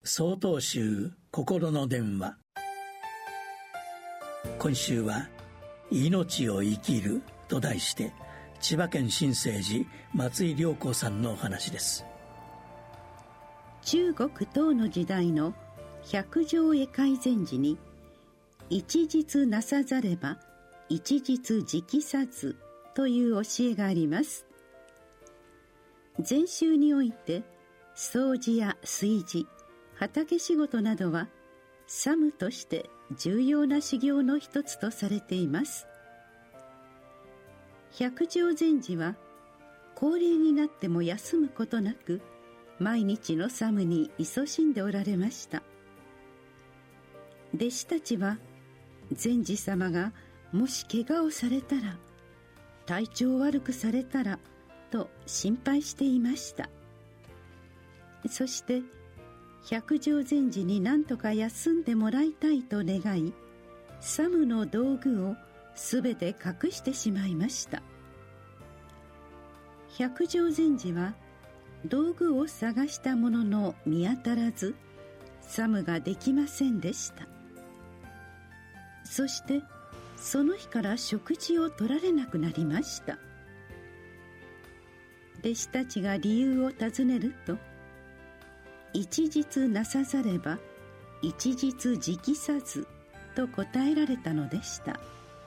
曹洞宗心の電話。今週は命を生きると題して、千葉県新生寺松井良子さんのお話です。 中国唐の時代の百条会開前時に、一日なさざれば一日直さずという教えがあります。禅宗において掃除や炊事、畑仕事などは作務として重要な修行の一つとされています。百条禅師は高齢になっても休むことなく毎日の作務に勤しんでおられました。弟子たちは禅師様がもし怪我をされたら、体調を悪くされたらと心配していました。そして百条禅師に何とか休んでもらいたいと願い、作務の道具をすべて隠してしまいました。百条禅師は道具を探したものの見当たらず、作務ができませんでした。そしてその日から食事を取られなくなりました。弟子たちが理由を尋ねると、一日なさざれば一日直さずと答えられたのでした。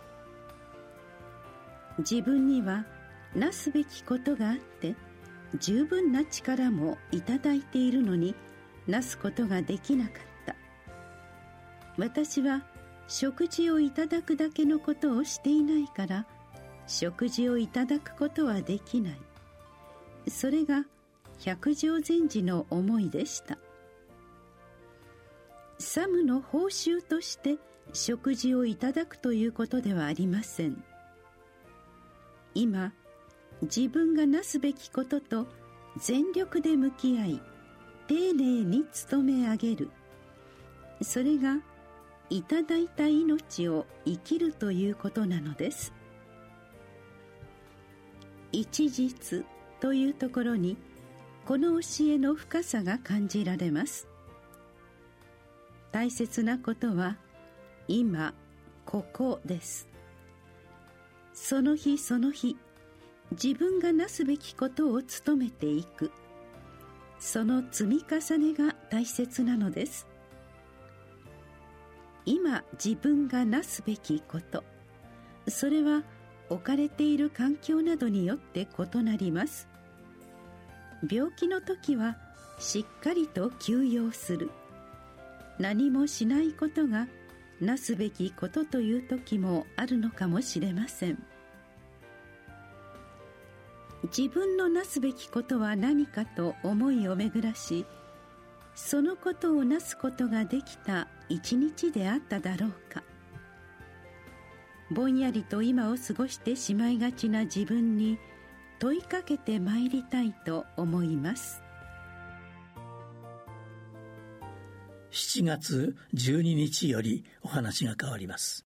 自分にはなすべきことがあって、十分な力もいただいているのになすことができなかった。私は食事をいただくだけのことをしていないから、食事をいただくことはできない。それが百条禅師の思いでした。作務の報酬として食事をいただくということではありません。今、自分がなすべきことと全力で向き合い、丁寧に努め上げる。それがいただいた命を生きるということなのです。一日というところにこの教えの深さが感じられます。大切なことは今ここです。その日その日、自分がなすべきことを努めていく、その積み重ねが大切なのです。今自分がなすべきこと、それは置かれている環境などによって異なります。病気の時はしっかりと休養する。何もしないことがなすべきことという時もあるのかもしれません。自分のなすべきことは何かと思いを巡らし、そのことをなすことができた一日であっただろうか。ぼんやりと今を過ごしてしまいがちな自分に問いかけてまいりたいと思います。 7月12日よりお話が変わります。